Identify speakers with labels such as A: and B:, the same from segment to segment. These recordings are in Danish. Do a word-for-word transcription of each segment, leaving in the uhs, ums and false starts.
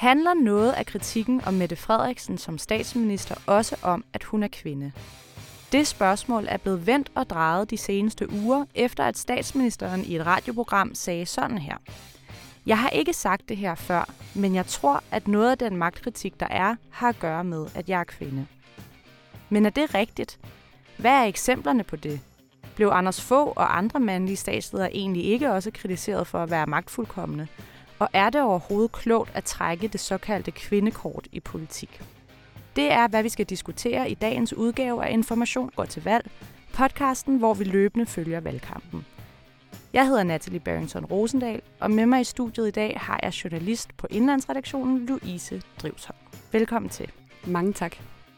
A: Handler noget af kritikken om Mette Frederiksen som statsminister også om, at hun er kvinde? Det spørgsmål er blevet vendt og drejet de seneste uger, efter at statsministeren i et radioprogram sagde sådan her. Jeg har ikke sagt det her før, men jeg tror, at noget af den magtkritik, der er, har at gøre med, at jeg er kvinde. Men er det rigtigt? Hvad er eksemplerne på det? Blev Anders Fogh og andre mandlige statsledere egentlig ikke også kritiseret for at være magtfuldkomne? Og er det overhovedet klogt at trække det såkaldte kvindekort i politik? Det er, hvad vi skal diskutere i dagens udgave af Information går til valg, podcasten, hvor vi løbende følger valgkampen. Jeg hedder Natalie Barrington Rosendal, og med mig i studiet i dag har jeg journalist på Indlandsredaktionen, Louise Drivsholm. Velkommen til.
B: Mange tak.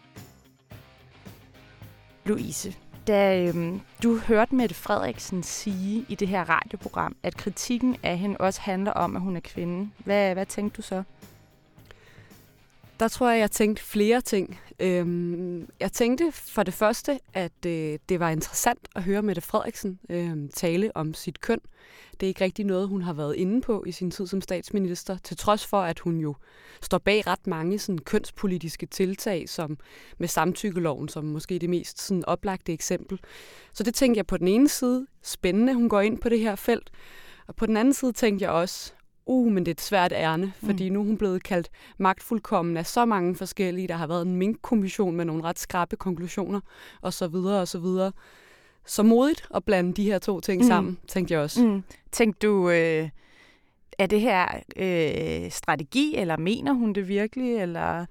A: Louise, da øhm, du hørte Mette Frederiksen sige i det her radioprogram, at kritikken af hende også handler om, at hun er kvinde, hvad, hvad tænkte du så?
B: Der tror jeg, jeg tænkte flere ting. Øhm, jeg tænkte for det første, at øh, det var interessant at høre Mette Frederiksen øh, tale om sit køn. Det er ikke rigtig noget, hun har været inde på i sin tid som statsminister, til trods for, at hun jo står bag ret mange sådan, kønspolitiske tiltag, som med samtykkeloven, som måske det mest sådan, oplagte eksempel. Så det tænkte jeg på den ene side, spændende, hun går ind på det her felt. Og på den anden side tænkte jeg også, Uh, men det er et svært ærne, fordi mm. nu er hun blevet kaldt magtfuldkommen af så mange forskellige. Der har været en minkkommission med nogle ret skrappe konklusioner, og så videre, og så videre. Så modigt at blande de her to ting mm. sammen, tænkte jeg også.
A: Mm. Tænkte du, øh, er det her øh, strategi, eller mener hun det virkelig, eller...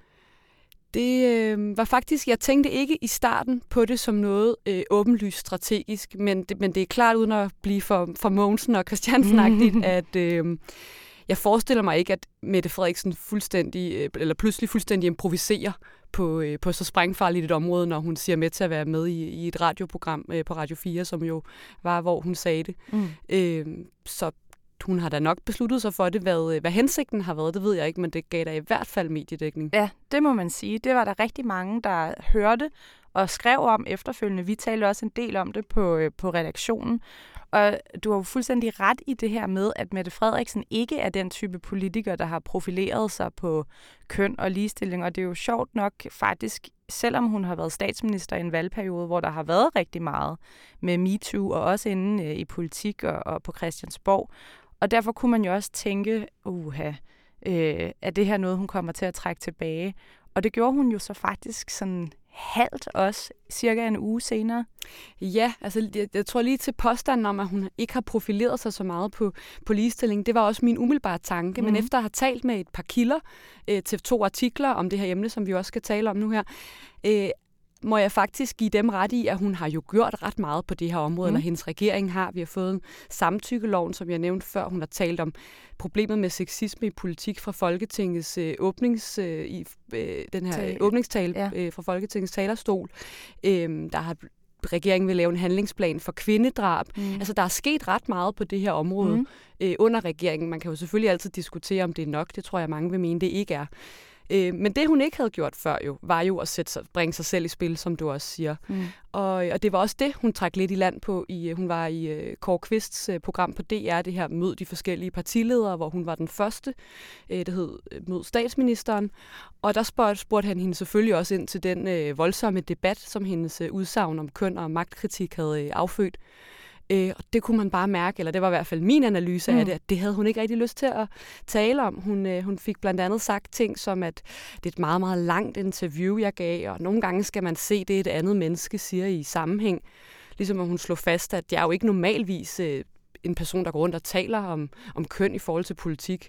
B: Det øh, var faktisk, jeg tænkte ikke i starten på det som noget øh, åbenlyst strategisk, men det, men det er klart uden at blive for, for Mogensen og Christiansen-agtigt, at øh, jeg forestiller mig ikke, at Mette Frederiksen fuldstændig, øh, eller pludselig fuldstændig improviserer på, øh, på så sprængfarligt et område, når hun siger med til at være med i, i et radioprogram øh, på Radio fire, som jo var, hvor hun sagde det. Mm. Øh, så hun har da nok besluttet sig for det. Hvad, hvad hensigten har været, det ved jeg ikke, men det gav da i hvert fald mediedækning.
A: Ja, det må man sige. Det var der rigtig mange, der hørte og skrev om efterfølgende. Vi talte også en del om det på, på redaktionen. Og du har jo fuldstændig ret i det her med, at Mette Frederiksen ikke er den type politiker, der har profileret sig på køn og ligestilling. Og det er jo sjovt nok faktisk, selvom hun har været statsminister i en valgperiode, hvor der har været rigtig meget med MeToo, og også inde i politik og, og på Christiansborg. Og derfor kunne man jo også tænke, uha, øh, er det her noget, hun kommer til at trække tilbage? Og det gjorde hun jo så faktisk sådan halvt også, cirka en uge senere.
B: Ja, altså jeg, jeg tror lige til påstanden om, at hun ikke har profileret sig så meget på, på ligestilling, det var også min umiddelbare tanke. Mm. Men efter at have talt med et par kilder øh, til to artikler om det her emne, som vi også skal tale om nu her, øh, må jeg faktisk give dem ret i, at hun har jo gjort ret meget på det her område, mm. eller hendes regering har. Vi har fået en samtykkeloven, som jeg nævnte før. Hun har talt om problemet med sexisme i politik fra Folketingets øh, åbnings, øh, i, øh, den her Tal. åbningstale ja. øh, fra Folketingets talerstol. Øh, der har regeringen vil lave en handlingsplan for kvindedrab. Mm. Altså, der er sket ret meget på det her område mm. øh, under regeringen. Man kan jo selvfølgelig altid diskutere, om det er nok. Det tror jeg, mange vil mene, det ikke er. Men det, hun ikke havde gjort før, jo, var jo at sætte sig, bringe sig selv i spil, som du også siger. Mm. Og, og det var også det, hun trak lidt i land på. I, hun var i uh, Kåre Kvists uh, program på D R, det her Mød de forskellige partiledere, hvor hun var den første, uh, det hed Mød statsministeren. Og der spurgte, spurgte han hende selvfølgelig også ind til den uh, voldsomme debat, som hendes uh, udsagn om køn og magtkritik havde uh, affødt. Øh, og det kunne man bare mærke, eller det var i hvert fald min analyse mm. af det, at det havde hun ikke rigtig lyst til at tale om. Hun, øh, hun fik blandt andet sagt ting som, at det er et meget, meget langt interview, jeg gav, og nogle gange skal man se det, et andet menneske siger i sammenhæng. Ligesom at hun slog fast, at jeg er jo ikke normalvis øh, en person, der går rundt og taler om, om køn i forhold til politik.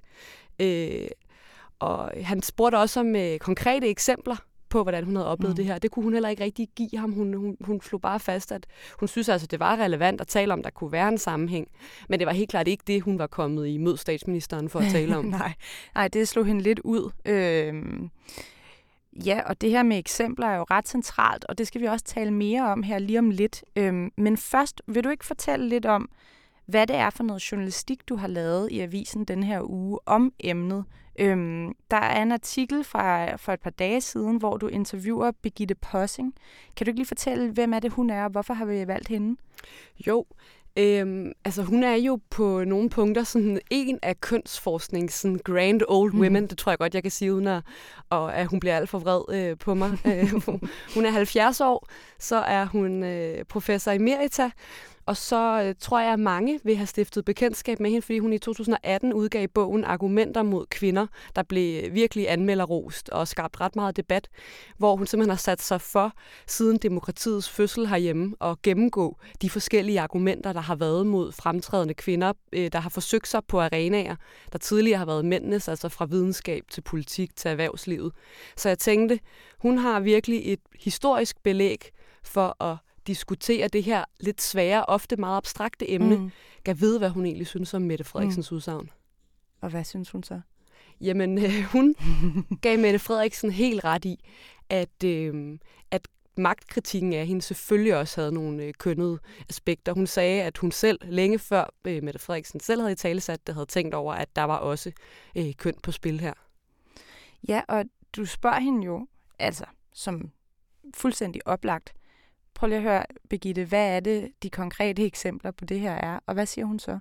B: Øh, og han spurgte også om øh, konkrete eksempler på, hvordan hun havde oplevet mm. det her. Det kunne hun heller ikke rigtig give ham. Hun, hun, hun slog bare fast, at hun synes altså, det var relevant at tale om, der kunne være en sammenhæng. Men det var helt klart ikke det, hun var kommet i mød statsministeren for at tale om.
A: Nej. Nej, det slog hende lidt ud. Øhm Ja, og det her med eksempler er jo ret centralt, og det skal vi også tale mere om her lige om lidt. Øhm, men først, vil du ikke fortælle lidt om, hvad det er for noget journalistik, du har lavet i avisen den her uge om emnet? Øhm, der er en artikel fra for et par dage siden, hvor du interviewer Birgitte Possing. Kan du ikke lige fortælle, hvem er det, hun er, og hvorfor har vi valgt hende?
B: Jo, Øhm, altså hun er jo på nogle punkter sådan en af kønsforsknings sådan grand old women, mm. det tror jeg godt, jeg kan sige, uden at, og at hun bliver alt for vred øh, på mig. Hun er halvfjerds år, så er hun øh, professor emerita, og så øh, tror jeg, at mange vil have stiftet bekendtskab med hende, fordi hun i to tusind og atten udgav bogen Argumenter mod kvinder, der blev virkelig anmelderrost og skabt ret meget debat, hvor hun simpelthen har sat sig for, siden demokratiets fødsel herhjemme, at gennemgå de forskellige argumenter, der har været mod fremtrædende kvinder, øh, der har forsøgt sig på arenaer, der tidligere har været mændenes, altså fra videnskab til politik til erhvervslivet. Så jeg tænkte, hun har virkelig et historisk belæg for at diskutere det her lidt svære, ofte meget abstrakte emne. Mm. Kan vide, hvad hun egentlig synes om Mette Frederiksens mm. udsagn.
A: Og hvad synes hun så?
B: Jamen, øh, hun gav Mette Frederiksen helt ret i, at, øh, at magtkritikken af hende selvfølgelig også havde nogle øh, kønnede aspekter. Hun sagde, at hun selv, længe før øh, Mette Frederiksen selv havde italesat det, havde tænkt over, at der var også øh, køn på spil her.
A: Ja, og du spørger hende jo, altså, som fuldstændig oplagt. Prøv lige at høre, Birgitte, hvad er det, de konkrete eksempler på det her er, og hvad siger hun så?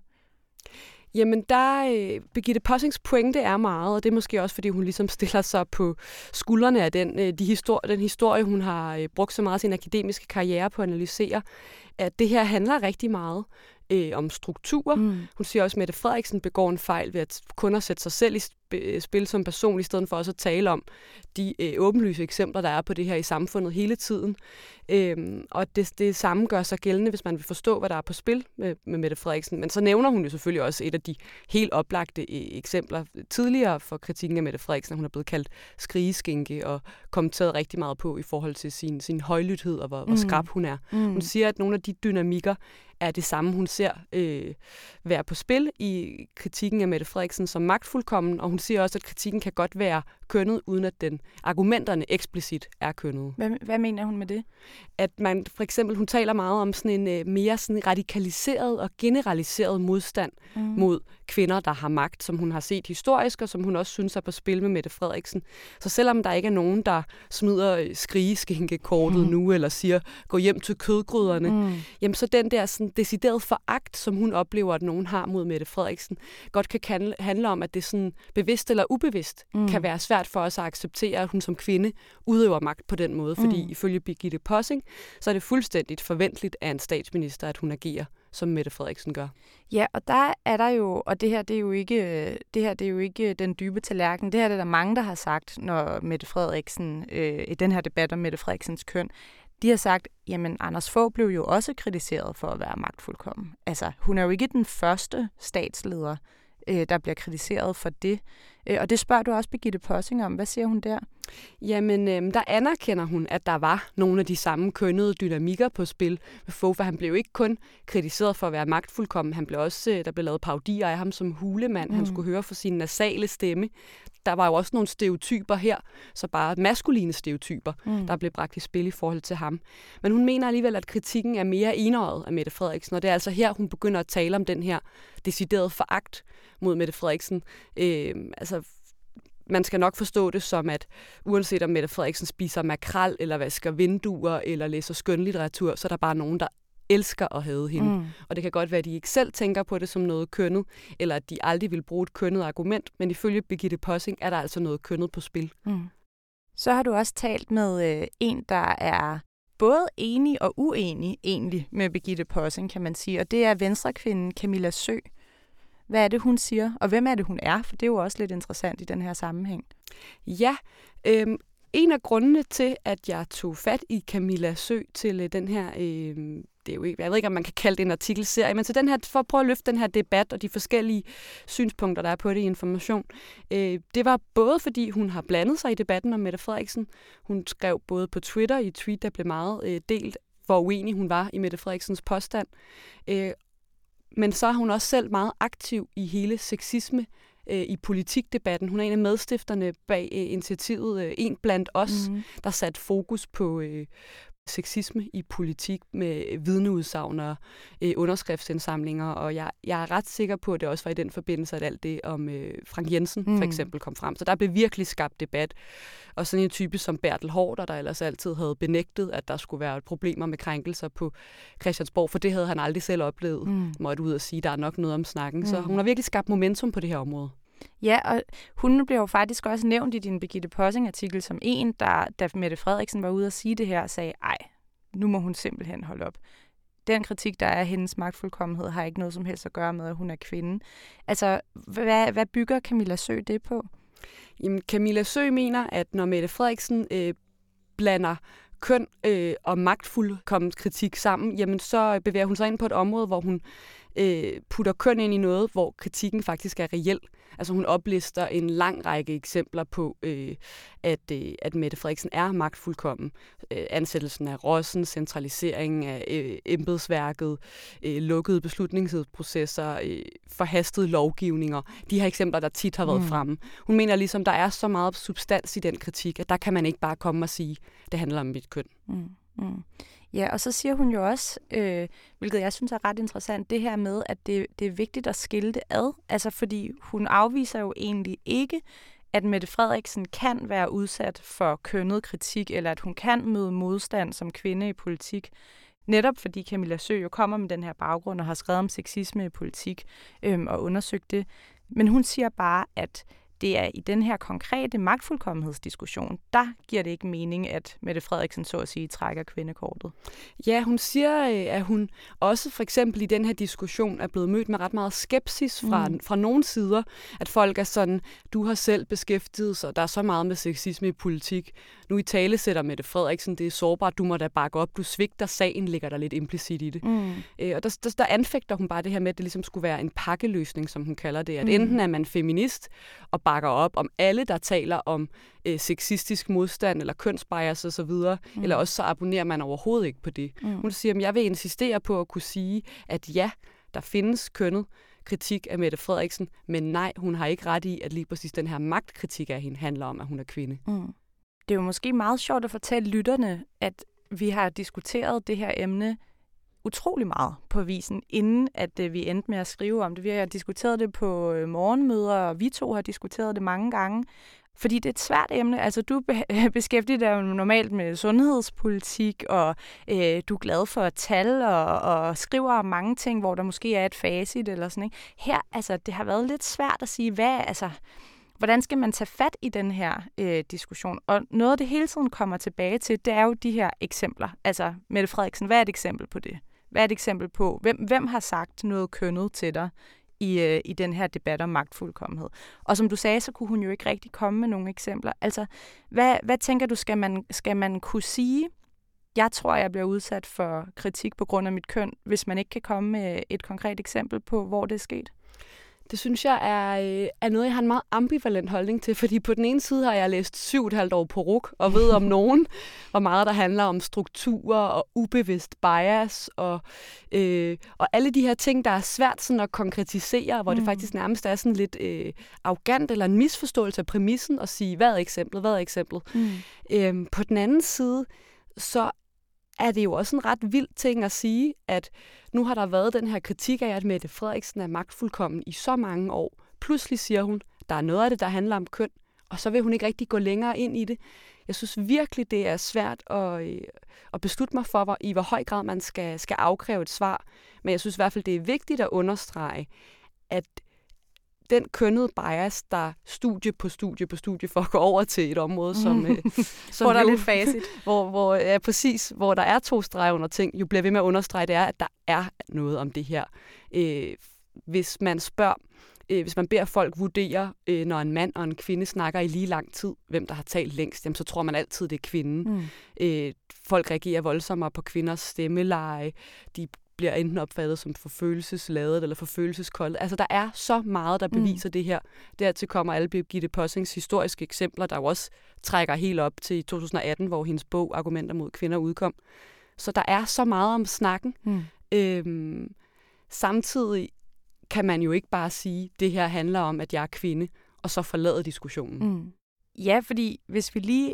B: Jamen, der, øh, Birgitte Possing's pointe er meget, og det er måske også, fordi hun ligesom stiller sig på skuldrene af den, øh, de histori- den historie, hun har øh, brugt så meget af sin akademiske karriere på at analysere, at det her handler rigtig meget øh, om strukturer. Mm. Hun siger også, at Mette Frederiksen begår en fejl ved at kun at sætte sig selv i sp- spil som person, i stedet for også at tale om de øh, åbenlyse eksempler, der er på det her i samfundet hele tiden. Øhm, og det, det samme gør sig gældende, hvis man vil forstå, hvad der er på spil med, med Mette Frederiksen. Men så nævner hun jo selvfølgelig også et af de helt oplagte øh, eksempler tidligere for kritikken af Mette Frederiksen. Hun er blevet kaldt skrigeskinke og kommenteret rigtig meget på i forhold til sin, sin højlythed og hvor, mm. hvor skrap hun er. Mm. Hun siger, at nogle af de dynamikker er det samme, hun ser øh, være på spil i kritikken af Mette Frederiksen som magtfuldkommen, og hun siger også, at kritikken kan godt være kønnet, uden at den argumenterne eksplicit er kønnet.
A: Hvad, hvad mener hun med det?
B: At man for eksempel, hun taler meget om sådan en øh, mere sådan radikaliseret og generaliseret modstand mm. mod kvinder, der har magt, som hun har set historisk, og som hun også synes er på spil med Mette Frederiksen. Så selvom der ikke er nogen, der smider skrigeskinkekortet mm. nu, eller siger, gå hjem til kødgryderne, mm. jamen så den der sådan decideret foragt, som hun oplever, at nogen har mod Mette Frederiksen, godt kan handle om, at det sådan bevidst eller ubevidst mm. kan være svært for os at acceptere, at hun som kvinde udøver magt på den måde, fordi mm. ifølge Birgitte Possing, så er det fuldstændigt forventeligt af en statsminister, at hun agerer, som Mette Frederiksen gør.
A: Ja, og der er der jo, og det her det er jo ikke, det her det er jo ikke den dybe tallerken. Det her det er der mange, der har sagt, når Mette Frederiksen øh, i den her debat om Mette Frederiksens køn, de har sagt, jamen Anders Fogh blev jo også kritiseret for at være magtfuldkommen. Altså, hun er jo ikke den første statsleder, øh, der bliver kritiseret for det. Øh, og det spørger du også Birgitte Possing om. Hvad siger hun der?
B: Jamen, øh, der anerkender hun, at der var nogle af de samme kønnede dynamikker på spil med Fogh, for han blev ikke kun kritiseret for at være magtfuldkommen, han blev også, øh, der blev lavet parodier af ham som hulemand, mm. han skulle høre for sin nasale stemme. Der var jo også nogle stereotyper her, så bare maskuline stereotyper, mm. der blev bragt i spil i forhold til ham. Men hun mener alligevel, at kritikken er mere enøjet af Mette Frederiksen, og det er altså her, hun begynder at tale om den her deciderede foragt mod Mette Frederiksen. Øh, altså, man skal nok forstå det som, at uanset om Mette Frederiksen spiser makrel, eller vasker vinduer, eller læser skønlitteratur, så er der bare nogen, der elsker at hade hende. Mm. Og det kan godt være, at de ikke selv tænker på det som noget kønnet, eller at de aldrig vil bruge et kønnet argument, men ifølge Birgitte Possing er der altså noget kønnet på spil. Mm.
A: Så har du også talt med øh, en, der er både enig og uenig egentlig med Birgitte Possing, kan man sige, og det er venstrekvinden Camilla Sø. Hvad er det, hun siger, og hvem er det, hun er? For det er jo også lidt interessant i den her sammenhæng.
B: Ja, øhm, en af grundene til, at jeg tog fat i Camilla Sø til øh, den her, øh, det er jo ikke, jeg ved ikke, om man kan kalde det en artikelserie, men til den her, for at prøve at løfte den her debat og de forskellige synspunkter, der er på det i Information. Øh, det var både, fordi hun har blandet sig i debatten om Mette Frederiksen. Hun skrev både på Twitter, i et tweet, der blev meget øh, delt, hvor uenig hun var i Mette Frederiksens påstand. Øh, Men så er hun også selv meget aktiv i hele sexisme øh, i politikdebatten. Hun er en af medstifterne bag øh, initiativet øh, En blandt os, mm-hmm. der satte fokus på, øh, sexisme i politik med vidneudsagn og øh, underskriftsindsamlinger, og jeg, jeg er ret sikker på, at det også var i den forbindelse, at alt det om øh, Frank Jensen mm. for eksempel kom frem. Så der blev virkelig skabt debat. Og sådan en type som Bertel Haarder, der ellers altid havde benægtet, at der skulle være problemer med krænkelser på Christiansborg, for det havde han aldrig selv oplevet. Mm. Måtte ud og sige, at der er nok noget om snakken. Mm. Så hun har virkelig skabt momentum på det her område.
A: Ja, og hun blev jo faktisk også nævnt i din Birgitte Possing-artikel som en, der, da Mette Frederiksen var ude at sige det her, sagde, ej, nu må hun simpelthen holde op. Den kritik, der er af hendes magtfuldkommenhed, har ikke noget som helst at gøre med, at hun er kvinde. Altså, hvad, hvad bygger Camilla Søe det på?
B: Jamen, Camilla Søe mener, at når Mette Frederiksen øh, blander køn øh, og magtfuldkommen kritik sammen, jamen så bevæger hun sig ind på et område, hvor hun øh, putter køn ind i noget, hvor kritikken faktisk er reel. Altså hun oplister en lang række eksempler på, øh, at, øh, at Mette Frederiksen er magtfuldkommen. Øh, ansættelsen af Rossen, centralisering af øh, embedsværket, øh, lukkede beslutningsprocesser, øh, forhastede lovgivninger. De her eksempler, der tit har været mm. fremme. Hun mener ligesom, der er så meget substans i den kritik, at der kan man ikke bare komme og sige, det handler om mit køn.
A: Mm. Mm. Ja, og så siger hun jo også, øh, hvilket jeg synes er ret interessant, det her med, at det, det er vigtigt at skille det ad. Altså fordi hun afviser jo egentlig ikke, at Mette Frederiksen kan være udsat for kønnet kritik, eller at hun kan møde modstand som kvinde i politik. Netop fordi Camilla Søe jo kommer med den her baggrund og har skrevet om sexisme i politik øhm, og undersøgt det. Men hun siger bare, at det er i den her konkrete magtfuldkommenhedsdiskussion, der giver det ikke mening, at Mette Frederiksen så at sige trækker kvindekortet.
B: Ja, hun siger, at hun også for eksempel i den her diskussion er blevet mødt med ret meget skepsis fra, mm. fra nogle sider, at folk er sådan, du har selv beskæftiget sig, der er så meget med sexisme i politik. Nu i tale sætter Mette Frederiksen, det er sårbart, du må da bakke op, du svigter sagen, ligger der lidt implicit i det. Mm. Øh, og der, der, der anfægter hun bare det her med, at det ligesom skulle være en pakkeløsning, som hun kalder det, at mm. enten er man feminist og bakker op om alle, der taler om øh, sexistisk modstand eller kønsbias og så videre, mm. eller også så abonnerer man overhovedet ikke på det. Mm. Hun siger, at jeg vil insistere på at kunne sige, at ja, der findes kønnet kritik af Mette Frederiksen, men nej, hun har ikke ret i, at lige præcis den her magtkritik af hende handler om, at hun er kvinde. Mm.
A: Det er jo måske meget sjovt at fortælle lytterne, at vi har diskuteret det her emne utrolig meget på avisen, inden at øh, vi endte med at skrive om det. Vi har diskuteret det på øh, morgenmøder, og vi to har diskuteret det mange gange, fordi det er et svært emne. Altså, du be- beskæftiger dig jo normalt med sundhedspolitik, og øh, du er glad for tal og, og skriver om mange ting, hvor der måske er et facit eller sådan, ikke? Her, altså, det har været lidt svært at sige, hvad, altså, hvordan skal man tage fat i den her øh, diskussion? Og noget, det hele tiden kommer tilbage til, det er jo de her eksempler. Altså, Mette Frederiksen, hvad er et eksempel på det? Hvad er et eksempel på? Hvem, hvem har sagt noget kønnet til dig i, øh, i den her debat om magtfuldkommenhed? Og som du sagde, så kunne hun jo ikke rigtig komme med nogle eksempler. Altså, hvad, hvad tænker du, skal man, skal man kunne sige, jeg tror, jeg bliver udsat for kritik på grund af mit køn, hvis man ikke kan komme med et konkret eksempel på, hvor det er sket?
B: Det synes jeg er, er noget, jeg har en meget ambivalent holdning til, fordi på den ene side har jeg læst syv og et halvt år på R U C og ved om nogen, hvor meget der handler om strukturer og ubevidst bias og, øh, og alle de her ting, der er svært sådan at konkretisere, hvor mm. det faktisk nærmest er sådan lidt øh, arrogant eller en misforståelse af præmissen at sige, hvad er eksemplet, hvad er eksemplet. Mm. Øh, på den anden side, så er det jo også en ret vild ting at sige, at nu har der været den her kritik af, at Mette Frederiksen er magtfuldkommen i så mange år. Pludselig siger hun, der er noget af det, der handler om køn, og så vil hun ikke rigtig gå længere ind i det. Jeg synes virkelig, det er svært at, øh, at beslutte mig for, hvor, i hvor høj grad man skal, skal afkræve et svar. Men jeg synes i hvert fald, det er vigtigt at understrege, at den kønnede bias, der studie på studie på studie for at gå over til et område, som, øh, som
A: hvor der
B: jo,
A: er lidt facit.
B: hvor, hvor, ja, præcis, hvor der er to streger under ting, jo bliver ved med at understrege, det er, at der er noget om det her. Øh, hvis man spørger, øh, hvis man beder folk vurdere, øh, når en mand og en kvinde snakker i lige lang tid, hvem der har talt længst, jamen, så tror man altid, det er kvinden. Mm. Øh, folk reagerer voldsommere på kvinders stemmeleje, de bliver enten opfattet som forfølelsesladet eller forfølelseskoldet. Altså, der er så meget, der beviser mm. det her. Dertil kommer alle Birgitte Possing's historiske eksempler, der jo også trækker helt op til to tusind atten, hvor hendes bog Argumenter mod kvinder udkom. Så der er så meget om snakken. Mm. Øhm, samtidig kan man jo ikke bare sige, det her handler om, at jeg er kvinde, og så forlade diskussionen.
A: Mm. Ja, fordi hvis vi lige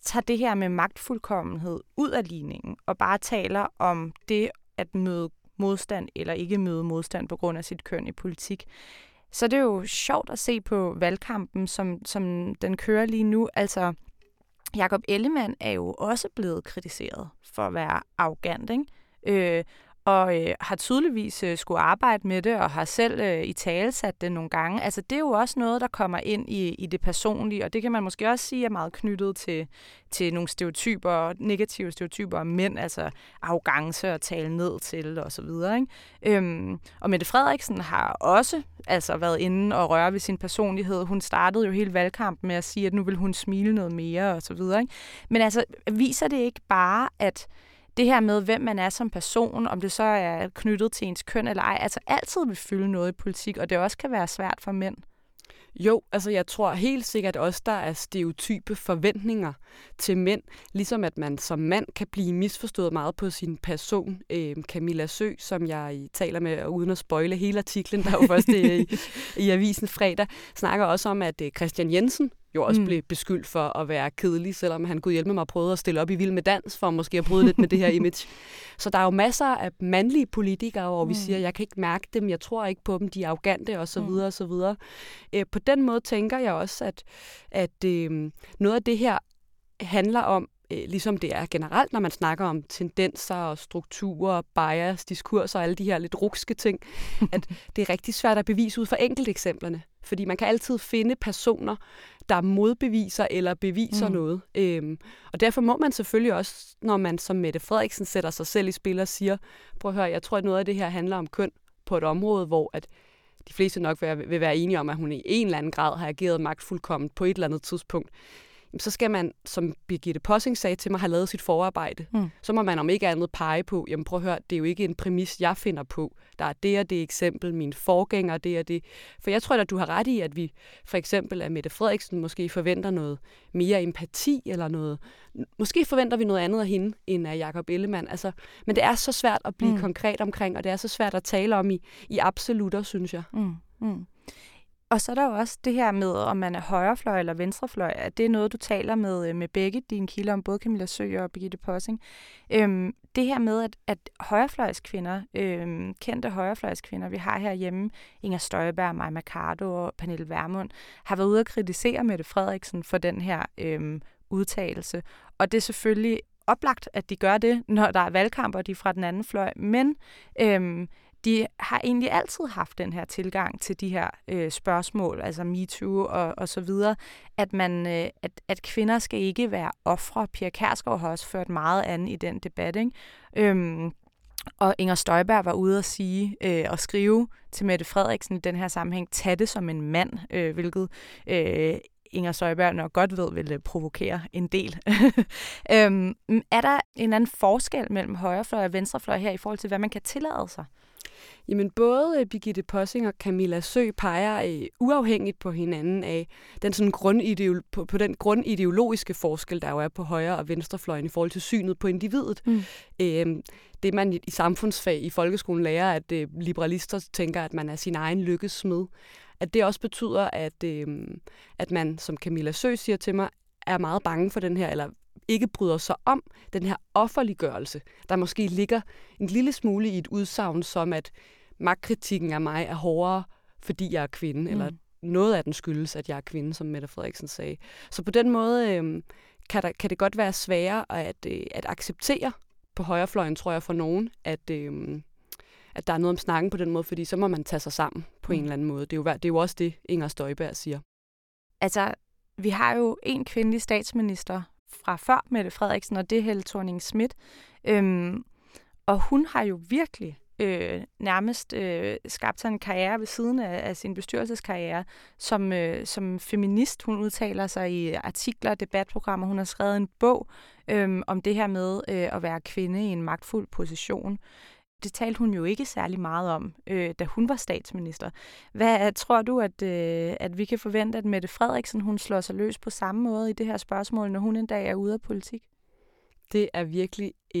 A: tager det her med magtfuldkommenhed ud af ligningen, og bare taler om det at møde modstand eller ikke møde modstand på grund af sit køn i politik, så det er jo sjovt at se på valgkampen, som, som den kører lige nu. Altså, Jakob Ellemann er jo også blevet kritiseret for at være arrogant, ikke? Øh, og øh, har tydeligvis øh, skulle arbejde med det, og har selv øh, i tale sat det nogle gange. Altså, det er jo også noget, der kommer ind i, i det personlige, og det kan man måske også sige er meget knyttet til, til nogle stereotyper, negative stereotyper om mænd, altså arrogance og tale ned til, og så videre, ikke? Øhm, og Mette Frederiksen har også altså været inde og røre ved sin personlighed. Hun startede jo hele valgkampen med at sige, at nu vil hun smile noget mere, og så videre, ikke? Men altså, viser det ikke bare, at det her med, hvem man er som person, om det så er knyttet til ens køn eller ej, altså altid vil fylde noget i politik, og det også kan være svært for mænd?
B: Jo, altså jeg tror helt sikkert også, der er stereotype forventninger til mænd, ligesom at man som mand kan blive misforstået meget på sin person. Øh, Camilla Sø, som jeg taler med, og uden at spoile hele artiklen, der jo først i, i avisen fredag, snakker også om, at Christian Jensen jo også mm. blev beskyldt for at være kedelig, selvom han kunne hjælpe mig og prøvede at stille op i Vild med Dans, for måske at bryde lidt med det her image. Så der er jo masser af mandlige politikere, hvor mm. vi siger, jeg kan ikke mærke dem, jeg tror ikke på dem, de er arrogante, og så videre, mm. og så videre. Øh, på den måde tænker jeg også, at, at øh, noget af det her handler om, øh, ligesom det er generelt, når man snakker om tendenser og strukturer, bias, diskurser og alle de her lidt rukske ting, at det er rigtig svært at bevise ud fra enkelte eksemplerne. Fordi man kan altid finde personer, der modbeviser eller beviser mm. noget. Øhm, og derfor må man selvfølgelig også, når man som Mette Frederiksen sætter sig selv i spil og siger, prøv at høre, jeg tror, at noget af det her handler om køn på et område, hvor at de fleste nok vil, vil være enige om, at hun i en eller anden grad har ageret magtfuldkomment på et eller andet tidspunkt. Så skal man, som Birgitte Possing sagde til mig, have lavet sit forarbejde. Mm. Så må man om ikke andet pege på, jamen prøv at høre, det er jo ikke en præmis, jeg finder på. Der er det og det eksempel, mine forgængere, det og det. For jeg tror at du har ret i, at vi for eksempel af Mette Frederiksen måske forventer noget mere empati, eller noget. Måske forventer vi noget andet af hende, end af Jakob Ellemann. Altså, men det er så svært at blive mm. konkret omkring, og det er så svært at tale om i, i absolutter, synes jeg.
A: Mm. Mm. Og så er der jo også det her med, om man er højrefløj eller venstrefløj, at det er noget, du taler med, med begge dine kilder om, både Camilla Sø og Birgitte Possing. Øhm, det her med, at, at højrefløjskvinder, øhm, kendte højrefløjskvinder, vi har herhjemme, Inger Støjberg, Mai Mercado og Pernille Vermund, har været ude at kritisere Mette Frederiksen for den her øhm, udtalelse. Og det er selvfølgelig oplagt, at de gør det, når der er valgkamper, de er fra den anden fløj. Men øhm, de har egentlig altid haft den her tilgang til de her øh, spørgsmål, altså MeToo og, og så videre, at, man, øh, at, at kvinder skal ikke være ofre. Pia Kjærsgaard har også ført meget andet i den debat, ikke? Øhm, og Inger Støjberg var ude at sige øh, og skrive til Mette Frederiksen i den her sammenhæng, tag det som en mand, øh, hvilket øh, Inger Støjberg nok godt ved, vil provokere en del. øhm, er der en anden forskel mellem højrefløj og venstrefløj her i forhold til, hvad man kan tillade sig?
B: Jamen både Birgitte Possing og Camilla Sø peger øh, uafhængigt på hinanden af den sådan grundideolo- på, på den grundideologiske forskel, der jo er på højre- og venstrefløjen i forhold til synet på individet. Mm. Øh, det man i, i samfundsfag i folkeskolen lærer, at øh, liberalister tænker, at man er sin egen lykkes smed. At det også betyder, at, øh, at man, som Camilla Sø siger til mig, er meget bange for den her, eller ikke bryder sig om den her offerliggørelse, der måske ligger en lille smule i et udsagn, som at magtkritikken af mig er hårdere, fordi jeg er kvinde, mm. eller noget af den skyldes, at jeg er kvinde, som Mette Frederiksen sagde. Så på den måde øh, kan, der, kan det godt være sværere at, øh, at acceptere på højrefløjen, tror jeg, for nogen, at, øh, at der er noget om snakken på den måde, fordi så må man tage sig sammen på mm. en eller anden måde. Det er, jo, det er jo også det, Inger Støjberg siger.
A: Altså, vi har jo en kvindelig statsminister fra før Mette Frederiksen, og det er Helle Thorning-Schmidt. Øhm, og hun har jo virkelig øh, nærmest øh, skabt sig en karriere ved siden af, af sin bestyrelseskarriere som, øh, som feminist. Hun udtaler sig i artikler, debatprogrammer. Hun har skrevet en bog øh, om det her med øh, at være kvinde i en magtfuld position. Det talte hun jo ikke særlig meget om, øh, da hun var statsminister. Hvad tror du, at, øh, at vi kan forvente, at Mette Frederiksen hun slår sig løs på samme måde i det her spørgsmål, når hun en dag er ude af politik?
B: Det er virkelig et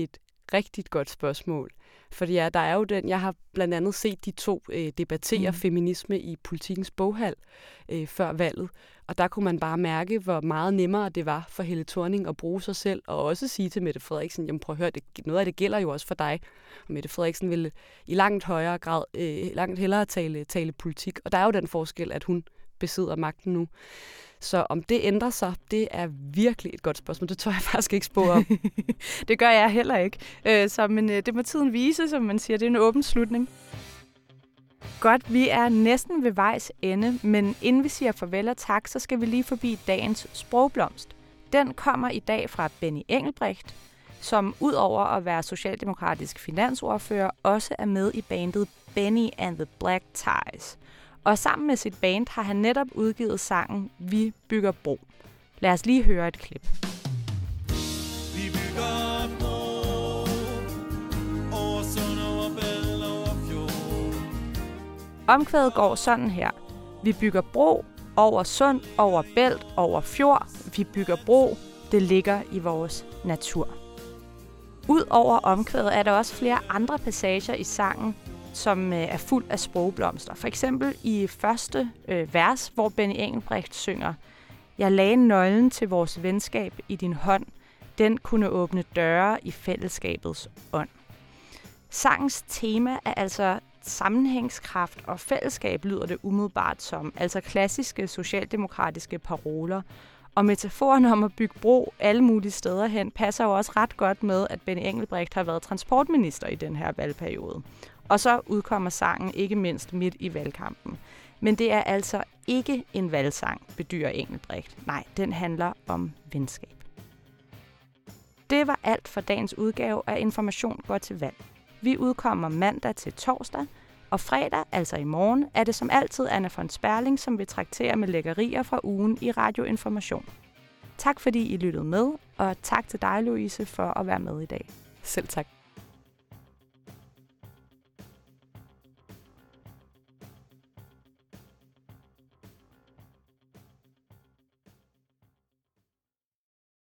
B: rigtig godt spørgsmål. Fordi ja, der er jo den, jeg har blandt andet set de to øh, debattere mm. feminisme i Politikens Boghal øh, før valget. Og der kunne man bare mærke, hvor meget nemmere det var for Helle Thorning at bruge sig selv, og også sige til Mette Frederiksen, jamen prøv at høre, det, noget af det gælder jo også for dig. Og Mette Frederiksen ville i langt højere grad, øh, langt hellere tale, tale politik. Og der er jo den forskel, at hun besidder magten nu. Så om det ændrer sig, det er virkelig et godt spørgsmål. Det tør jeg faktisk ikke spå om.
A: Det gør jeg heller ikke. Øh, så, men øh, det må tiden vise, som man siger. Det er en åben slutning. Godt, vi er næsten ved vejs ende, men inden vi siger farvel og tak, så skal vi lige forbi dagens sprogblomst. Den kommer i dag fra Benny Engelbrecht, som udover at være socialdemokratisk finansordfører, også er med i bandet Benny and the Black Ties. Og sammen med sit band har han netop udgivet sangen Vi bygger bro. Lad os lige høre et klip.
C: Vi bygger bro over sund, over bæl, over fjord.
A: Omkvædet går sådan her. Vi bygger bro over sund, over bælt, over fjord. Vi bygger bro. Det ligger i vores natur. Udover omkvædet er der også flere andre passager i sangen, som øh, er fuld af sprogblomster. For eksempel i første øh, vers, hvor Benny Engelbrecht synger: Jeg lagde nøglen til vores venskab i din hånd. Den kunne åbne døre i fællesskabets ånd. Sangens tema er altså sammenhængskraft og fællesskab, lyder det umiddelbart som, altså klassiske socialdemokratiske paroler. Og metaforen om at bygge bro alle mulige steder hen passer jo også ret godt med, at Benny Engelbrecht har været transportminister i den her valgperiode. Og så udkommer sangen ikke mindst midt i valgkampen. Men det er altså ikke en valgsang, bedyrer Engelbrecht. Nej, den handler om venskab. Det var alt for dagens udgave af Information går til valg. Vi udkommer mandag til torsdag, og fredag, altså i morgen, er det som altid Anna von Sperling, som vil traktere med lækkerier fra ugen i Radio Information. Tak fordi I lyttede med, og tak til dig, Louise, for at være med i dag.
B: Selv tak.